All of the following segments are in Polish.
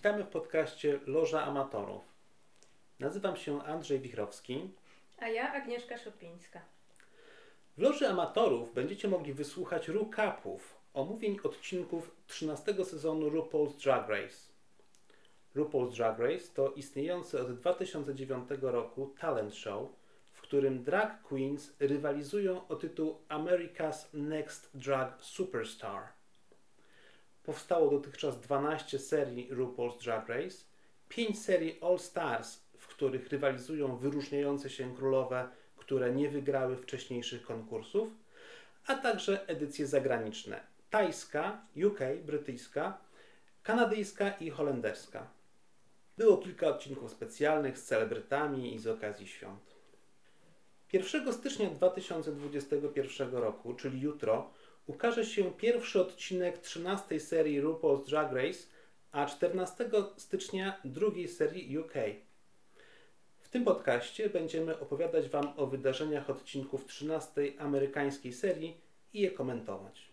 Witamy w podcaście Loża Amatorów. Nazywam się Andrzej Wichrowski. A ja Agnieszka Szopińska. W Loży Amatorów będziecie mogli wysłuchać recapów, omówień odcinków 13 sezonu RuPaul's Drag Race. RuPaul's Drag Race to istniejący od 2009 roku talent show, w którym drag queens rywalizują o tytuł America's Next Drag Superstar. Powstało dotychczas 12 serii RuPaul's Drag Race, 5 serii All Stars, w których rywalizują wyróżniające się królowe, które nie wygrały wcześniejszych konkursów, a także edycje zagraniczne: tajska, UK, brytyjska, kanadyjska i holenderska. Było kilka odcinków specjalnych z celebrytami i z okazji świąt. 1 stycznia 2021 roku, czyli jutro, ukaże się pierwszy odcinek 13 serii RuPaul's Drag Race, a 14 stycznia drugiej serii UK. W tym podcaście będziemy opowiadać Wam o wydarzeniach odcinków 13 amerykańskiej serii i je komentować.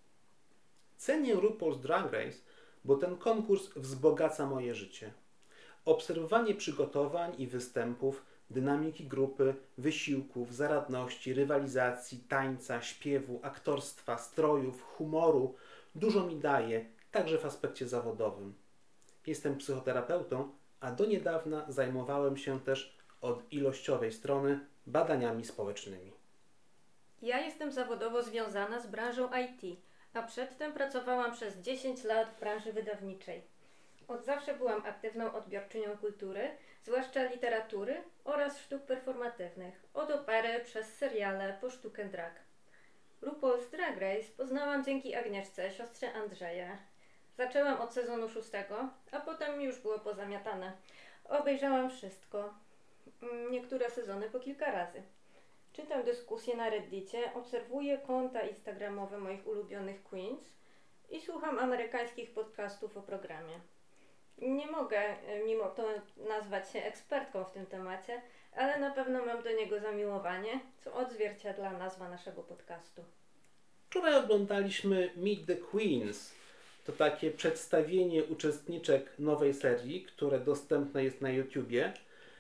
Cenię RuPaul's Drag Race, bo ten konkurs wzbogaca moje życie. Obserwowanie przygotowań i występów, dynamiki grupy, wysiłków, zaradności, rywalizacji, tańca, śpiewu, aktorstwa, strojów, humoru dużo mi daje, także w aspekcie zawodowym. Jestem psychoterapeutą, a do niedawna zajmowałem się też od ilościowej strony badaniami społecznymi. Ja jestem zawodowo związana z branżą IT, a przedtem pracowałam przez 10 lat w branży wydawniczej. Od zawsze byłam aktywną odbiorczynią kultury, zwłaszcza literatury oraz sztuk performatywnych, od opery przez seriale po sztukę drag. RuPaul's Drag Race poznałam dzięki Agnieszce, siostrze Andrzeja. Zaczęłam od sezonu 6, a potem już było pozamiatane. Obejrzałam wszystko, niektóre sezony po kilka razy. Czytam dyskusje na Reddicie, obserwuję konta instagramowe moich ulubionych queens i słucham amerykańskich podcastów o programie. Nie mogę mimo to nazwać się ekspertką w tym temacie, ale na pewno mam do niego zamiłowanie, co odzwierciedla nazwa naszego podcastu. Wczoraj oglądaliśmy Meet the Queens. To takie przedstawienie uczestniczek nowej serii, które dostępne jest na YouTubie.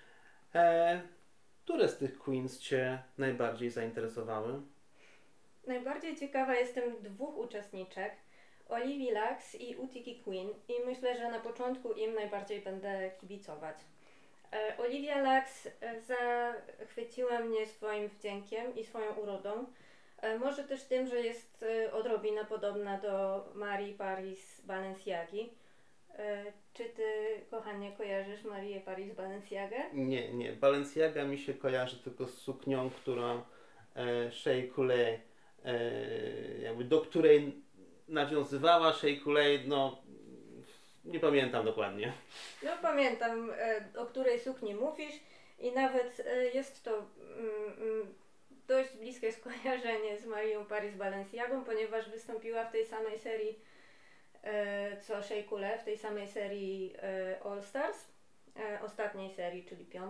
Które z tych queens Cię najbardziej zainteresowały? Najbardziej ciekawa jestem dwóch uczestniczek, Olivii Lux i Utiki Queen, i myślę, że na początku im najbardziej będę kibicować. Olivia Lux zachwyciła mnie swoim wdziękiem i swoją urodą. Może też tym, że jest odrobinę podobna do Marii Paris Balenciagi. Czy Ty, kochanie, kojarzysz Marię Paris Balenciagę? Nie. Balenciaga mi się kojarzy tylko z suknią, którą Shea Coulee, do której nawiązywała Shea Coulee, nie pamiętam dokładnie. No pamiętam, o której sukni mówisz, i nawet jest to dość bliskie skojarzenie z Marią Paris Balenciagą, ponieważ wystąpiła w tej samej serii co Shea Coulee, w tej samej serii All Stars, ostatniej serii, czyli 5.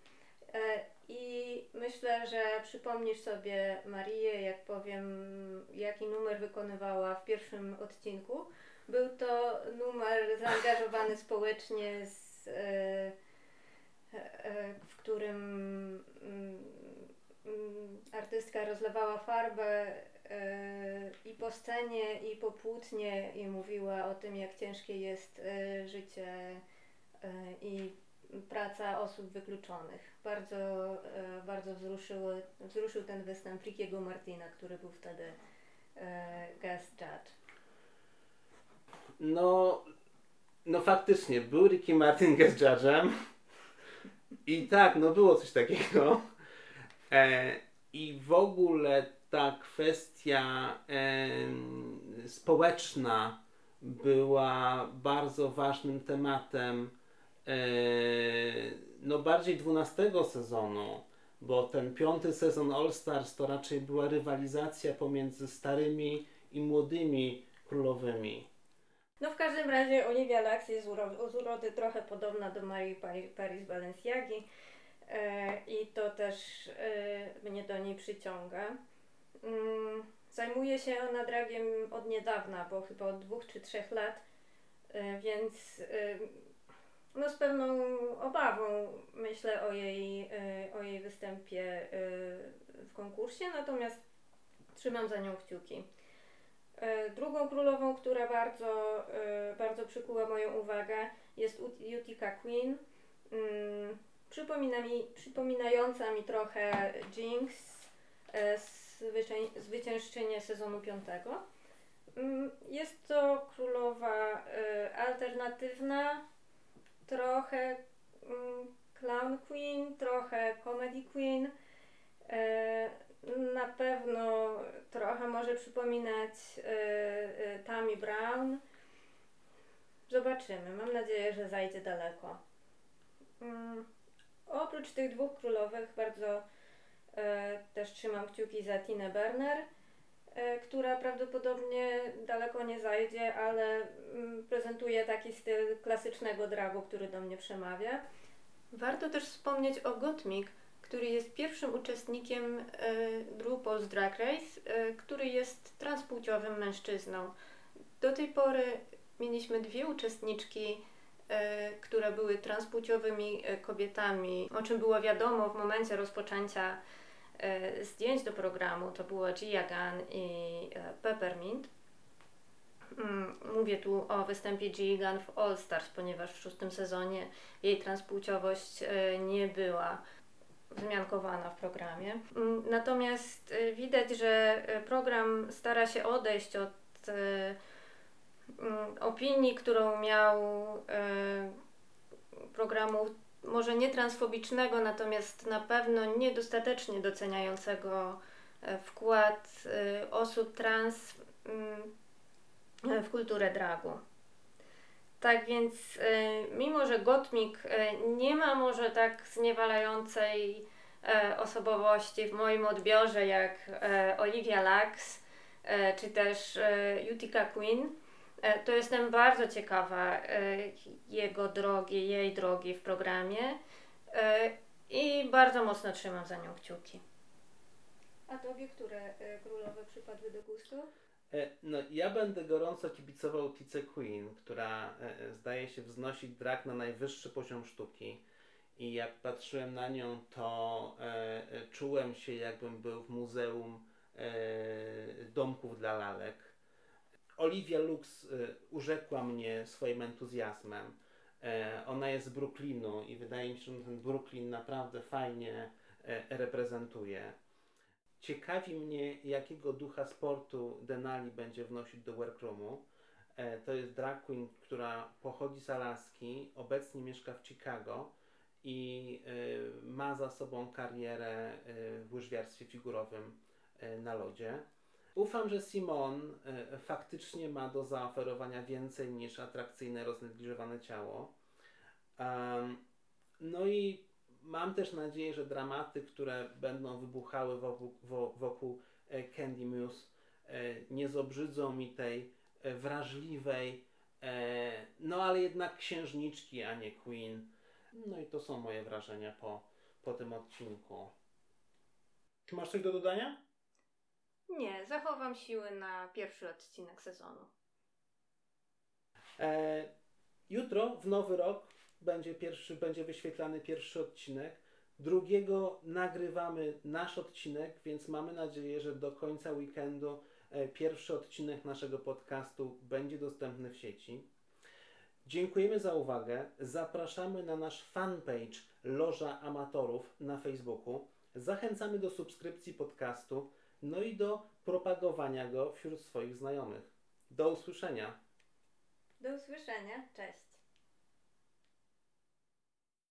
I myślę, że przypomnisz sobie Marię, jak powiem, jaki numer wykonywała w pierwszym odcinku. Był to numer zaangażowany społecznie, w którym artystka rozlewała farbę i po scenie, i po płótnie, i mówiła o tym, jak ciężkie jest życie i praca osób wykluczonych. Bardzo wzruszył ten występ Rickiego Martina, który był wtedy guest judge. No faktycznie, był Ricky Martin guest judge'em i tak, było coś takiego. I w ogóle ta kwestia społeczna była bardzo ważnym tematem bardziej 12 sezonu, bo ten 5 sezon All Stars to raczej była rywalizacja pomiędzy starymi i młodymi królowymi. W każdym razie Olivia Lux jest z urody trochę podobna do Marii Paris Balenciagi i to też mnie do niej przyciąga. Zajmuje się ona dragiem od niedawna, bo chyba od 2 czy 3 lat, więc no z pewną obawą myślę o jej występie w konkursie, natomiast trzymam za nią kciuki. Drugą królową, która bardzo przykuła moją uwagę, jest Utica Queen. Przypominająca mi trochę Jinx, zwyciężczynię sezonu 5. Jest to królowa alternatywna, trochę clown queen, trochę comedy queen. Na pewno trochę może przypominać Tammy Brown. Zobaczymy. Mam nadzieję, że zajdzie daleko. Oprócz tych dwóch królowych bardzo też trzymam kciuki za Tinę Burner, która prawdopodobnie daleko nie zajdzie, ale prezentuje taki styl klasycznego dragu, który do mnie przemawia. Warto też wspomnieć o Gottmik, który jest pierwszym uczestnikiem RuPaul's Drag Race, który jest transpłciowym mężczyzną. Do tej pory mieliśmy 2 uczestniczki, które były transpłciowymi kobietami, o czym było wiadomo w momencie rozpoczęcia zdjęć do programu. To była Gia Gunn i Peppermint. Mówię tu o występie Gia Gunn w All Stars, ponieważ w 6. sezonie jej transpłciowość nie była wzmiankowana w programie. Natomiast widać, że program stara się odejść od opinii, którą miał programu może nie transfobicznego, natomiast na pewno niedostatecznie doceniającego wkład osób trans w kulturę dragu. Tak więc mimo, że Gottmik nie ma może tak zniewalającej osobowości w moim odbiorze jak Olivia Lux czy też Utica Queen, to jestem bardzo ciekawa jej drogi w programie i bardzo mocno trzymam za nią kciuki. A tobie które królowe przypadły do gustu? No, ja będę gorąco kibicował Tice Queen, która zdaje się wznosić drag na najwyższy poziom sztuki. I jak patrzyłem na nią, to czułem się, jakbym był w muzeum domków dla lalek. Olivia Lux urzekła mnie swoim entuzjazmem. Ona jest z Brooklynu i wydaje mi się, że ten Brooklyn naprawdę fajnie reprezentuje. Ciekawi mnie, jakiego ducha sportu Denali będzie wnosić do workroomu. To jest drag queen, która pochodzi z Alaski, obecnie mieszka w Chicago i ma za sobą karierę w łyżwiarstwie figurowym na lodzie. Ufam, że Simone faktycznie ma do zaoferowania więcej niż atrakcyjne, roznegliżowane ciało. No i mam też nadzieję, że dramaty, które będą wybuchały wokół Candy Muse, nie zobrzydzą mi tej wrażliwej, no ale jednak księżniczki, a nie queen. No i to są moje wrażenia po tym odcinku. Czy masz coś do dodania? Nie, zachowam siły na pierwszy odcinek sezonu. Jutro, w nowy rok, będzie wyświetlany pierwszy odcinek. 2 nagrywamy nasz odcinek, więc mamy nadzieję, że do końca weekendu pierwszy odcinek naszego podcastu będzie dostępny w sieci. Dziękujemy za uwagę. Zapraszamy na nasz fanpage Loża Amatorów na Facebooku. Zachęcamy do subskrypcji podcastu, no i do propagowania go wśród swoich znajomych. Do usłyszenia. Do usłyszenia. Cześć.